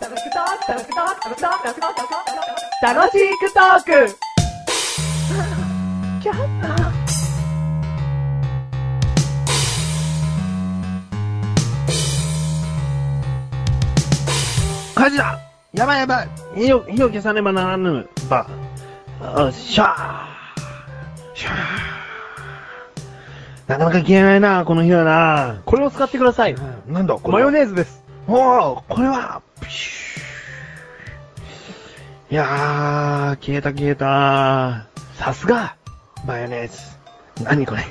楽しくトーク。 火事だ。やばいやばい。火を消さねばならぬ。シャー。シャー。なかなか消えないな、この火はな。 これを使ってください。 なんだこれ。 マヨネーズです。 おー、これは、いやー、消えた。さすが、マヨネーズ。何これ。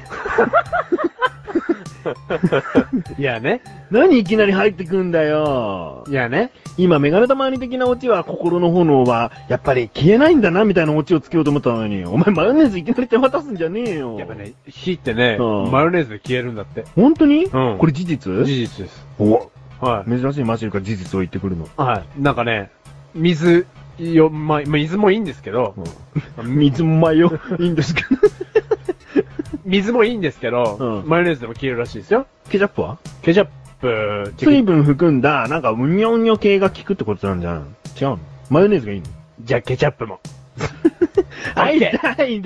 いやね。 何いきなり入ってくんだよ。 いやね。 今、メガネタマーニ的なオチは、心の炎は、やっぱり消えないんだな、みたいなオチをつけようと思ったのに、お前マヨネーズいきなり手渡すんじゃねえよ。 やっぱね、火ってね、 うんマヨネーズで消えるんだって。 本当にうんこれ事実事実です。 おは珍しいマシルが事実を言ってくるの。 い。はい。なんかね、水もいいんですけど、 水もマヨ、いいんですけど。 水もいいんですけど、 うんマヨネーズでも消えるらしいですよ。 ケチャップはケチャップ、 水分含んだ、なんか、うにょんにょ系が効くってことなんじゃん。違うのマヨネーズがいいのじゃあケチャップも。 はい、 オッケ第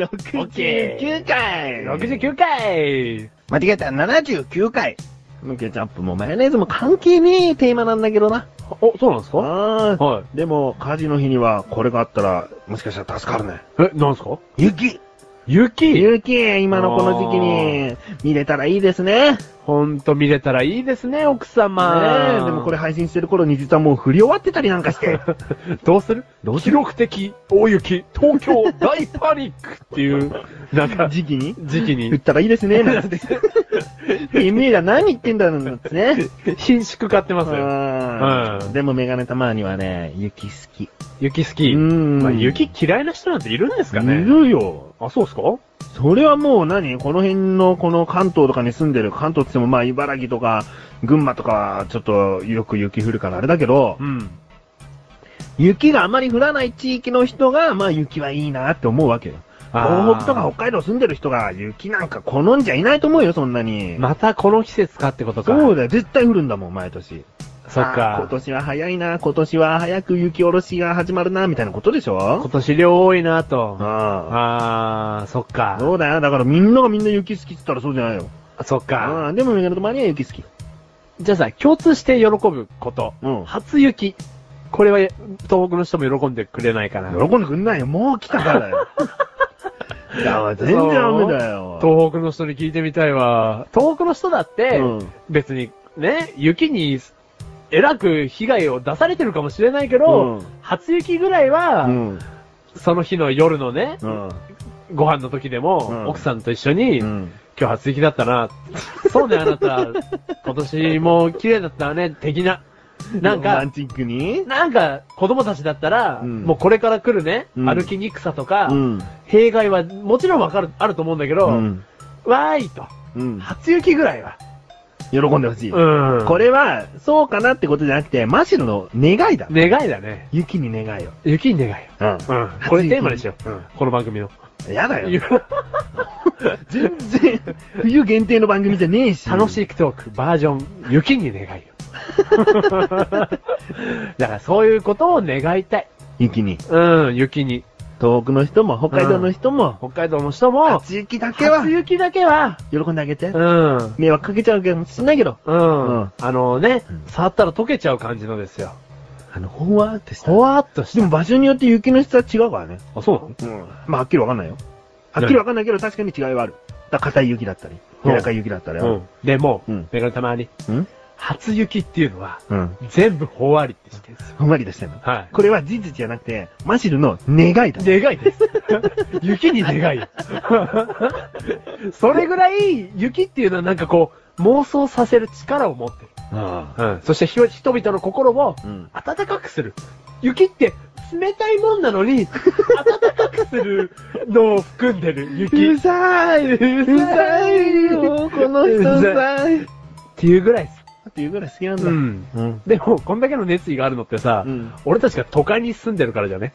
69回 69回間違えた、79回ケチャップもマヨネーズも関係ねえテーマなんだけどな。 お、そうなんですか？ はい。でも、火事の日にはこれがあったら、もしかしたら助かるね。 なんすか？ 雪、今のこの時期に見れたらいいですね。 ほんと見れたらいいですね、奥様。 ねえ、でもこれ配信してる頃に実はもう降り終わってたりなんかして。 どうする記録的大雪、東京大パニックっていう、なんか、 時期に降っに。 たらいいですね、なんて。君ら何言ってんだなんてね。 貧縮買ってますよ。 でもメガネたまにはね、雪好き。 雪好き。まあ、雪嫌いな人なんているんですかね？ いるよ。 あ、そうっすか？ それはもうこの辺のこの関東とかに住んでる、関東って言ってもまあ茨城とか群馬とかちょっとよく雪降るからあれだけど、雪があまり降らない地域の人がまあ雪はいいなって思うわけよ。東北とか北海道住んでる人が雪なんか好んじゃいないと思うよ、そんなに。 またこの季節かってことか。 そうだよ、絶対降るんだもん、毎年。 そっか。 今年は早いな、今年は早く雪下ろしが始まるな、みたいなことでしょ？ 今年量多いなと。そっか。 そうだよ、だからみんながみんな雪好きって言ったらそうじゃないよ。 そっか。 でもメガネとマニは雪好き。 じゃあさ、共通して喜ぶこと。初雪。これは、東北の人も喜んでくれないかな。 喜んでくんないよ、もう来たからだよ。いや、全然ダメだよ。 東北の人に聞いてみたいわ。東北の人だって、別に、ね、雪に、えらく被害を出されてるかもしれないけど、初雪ぐらいは、その日の夜のね、ご飯の時でも、奥さんと一緒に、今日初雪だったな。そうね、あなた、今年も綺麗だったわね、的な。なんか、 ロマンチックになんか、子供たちだったら、もうこれから来るね、歩きにくさとか、弊害はもちろんあると思うんだけど、わーいと、初雪ぐらいは。 喜んでほしい。これは、そうかなってことじゃなくて、マシルの願いだ。 願いだね。 雪に願いを。 雪に願いを。これテーマにしよう。この番組の。 やだよ。全然、冬限定の番組じゃねえし。 楽しいトーク、バージョン、雪に願いを。だからそういうことを願いたい。 雪に。 雪に。 東北の人も、北海道の人も、 北海道の人も、 初雪だけは、喜んであげて。迷惑かけちゃうかもしんないけど。 触ったら溶けちゃう感じのですよ。 ほわーってした。 ほわーっとした。 でも場所によって雪の質は違うからね。 あ、そうなの？ まあ、はっきりわかんないよ。はっきりわかんないけど、確かに違いはある。だから硬い雪だったり、柔らかい雪だったり。 でも、メガネたまに、初雪っていうのは、全部ほわりってしてるんですよ。 ほんわりとしてるの。 はい。 これは事実じゃなくて、マシルの願いだ。 願いです。雪に願い。それぐらい、雪っていうのはなんかこう、妄想させる力を持ってる。そして人々の心を、温かくする。雪って、冷たいもんなのに、温かくするのを含んでる雪。 うざいよ、この人うざい。 っていうぐらいです。 っていうぐらい好きなんだ。 でも、こんだけの熱意があるのってさ、俺たちが都会に住んでるからじゃね。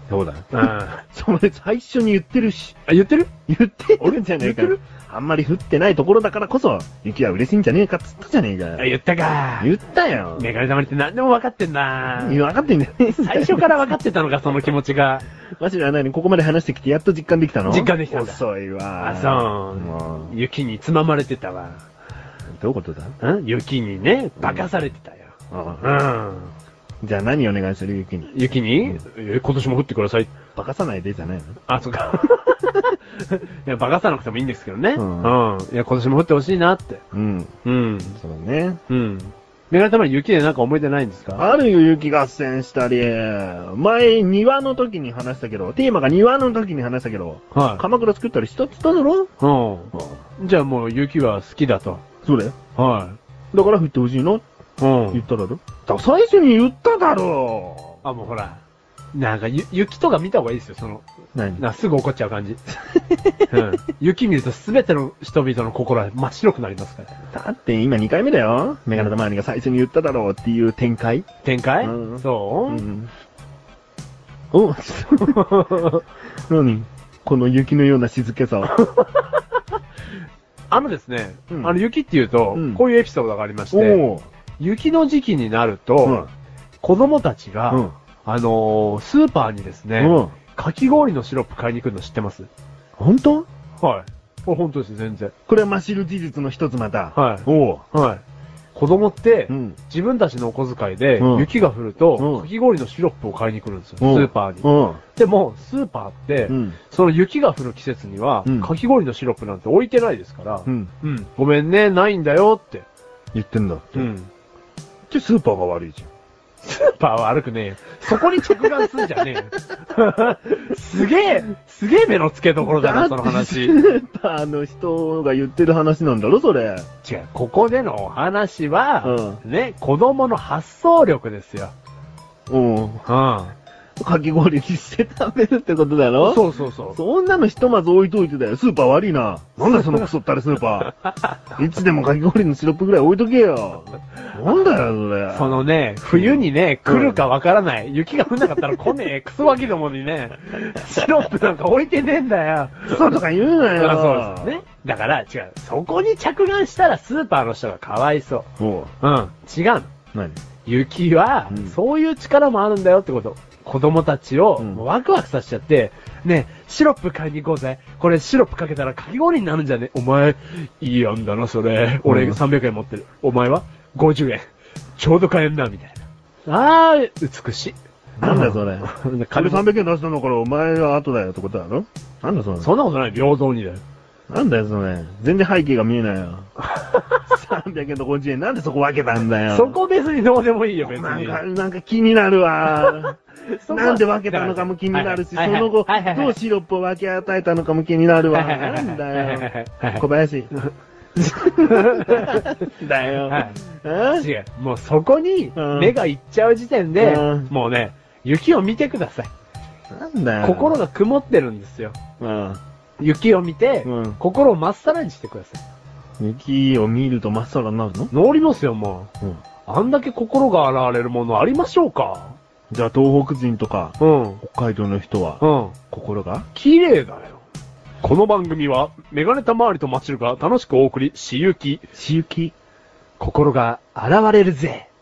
そうだよ。 うん。 それ最初に言ってるし。 あ、言ってる言ってるんじゃねえかよ言ってる。 あんまり降ってないところだからこそ、雪は嬉しいんじゃねえかっつったじゃねえかよ。 言ったか。 言ったよ。 メガネ玉って何でも分かってんな。 分かってんだよね。 最初から分かってたのか、その気持ちが。 マジでは何ここまで話してきてやっと実感できたの？ 実感できたんだ。 遅いわ。 あ、そう。雪につままれてたわ。 どういうことだ？ 雪にね、化かされてたよ。 うん。じゃあ何お願いする雪に。 雪に、今年も降ってください。 化かさないでじゃないの？ あ、そうか。いや、化かさなくてもいいんですけどね。うん。いや、今年も降ってほしいなって。 うん。 うん。 そうだね。 うん。メガネたまに雪でなんか思い出ないんですか？ あるよ、雪合戦したり。前、庭の時に話したけど、テーマが庭の時に話したけど、はい。鎌倉作ったりしたって言っただろ？ うん。じゃあもう雪は好きだと。 そうだよ。 はい。 だから降ってほしいの？言っただろ？だから最初に言っただろ。 あ、もうほら。なんか、雪とか見た方がいいですよ、その。 何？ すぐ怒っちゃう感じ。うん。雪見ると全ての人々の心は真っ白くなりますから。 だって今2回目だよ。メガネたまわりが最初に言っただろうっていう展開。 展開？ うん、 そう、 お何この雪のような静けさを。 ですね、雪って言うと、こういうエピソードがありまして、雪の時期になると、子供たちが、スーパーにですね、かき氷のシロップ買いに来るの知ってます？ 本当？ はい。これ本当です、全然。 これはマシル事実の一つまた。 はい。はい。子供って、自分たちのお小遣いで、雪が降ると、かき氷のシロップを買いに来るんですよ、スーパーに。でも、スーパーって、その雪が降る季節には、かき氷のシロップなんて置いてないですから、ごめんね、ないんだよって。 言ってんだって。じゃスーパーが悪いじゃん。 スーパーは悪くねえよ。そこに着眼すんじゃねえよ。すげえ目の付けどころだな、その話。 スーパーの人が言ってる話なんだろ、それ。 違う、ここでのお話は、ね、子供の発想力ですよ。 かき氷にして食べるってことだろ？ そうそうそう。 そんなのひとまず置いといてだよ。スーパー悪いな。なんだよそのクソったれスーパー。いつでもかき氷のシロップぐらい置いとけよ。なんだよ、それ。 そのね、冬にね、来るかわからない。雪が降んなかったら来ねえ、クソガキどもにね、シロップなんか置いてねえんだよ。 クソとか言うなよ。 そうですね。だから、違う。そこに着眼したらスーパーの人がかわいそう。違うの。 何？ 雪は、そういう力もあるんだよってこと。子供たちをワクワクさせちゃって、ね、シロップ買いに行こうぜ。これシロップかけたらかき氷になるんじゃね？お前、いい案だな、それ。俺300円持ってる。お前は ?50 円。ちょうど買えんな、みたいな。美しい。 なんだよ、それ。金300円出したのからお前は後だよってことだろ？なんだそれ。 そんなことない、平等にだよ。 なんだよ、それ。全然背景が見えないよ。300円と50円、なんでそこ分けたんだよ。 そこ別にどうでもいいよ、別に。 なんか気になるわ。なんで分けたのかも気になるし、その後、どうシロップを分け与えたのかも気になるわ。なんだよ。小林。だよ。 違う。もうそこに目がいっちゃう時点で、もうね、雪を見てください。 なんだよ。 心が曇ってるんですよ。雪を見て、心をまっさらにしてください。雪を見るとまっさらになるの？ なりますよ、もう。あんだけ心が現れるものありましょうか？ じゃあ東北人とか、北海道の人は、心が綺麗だよ。この番組は、メガネたまわりとマチルが楽しくお送り、しゆき。 しゆき。 心が現れるぜ。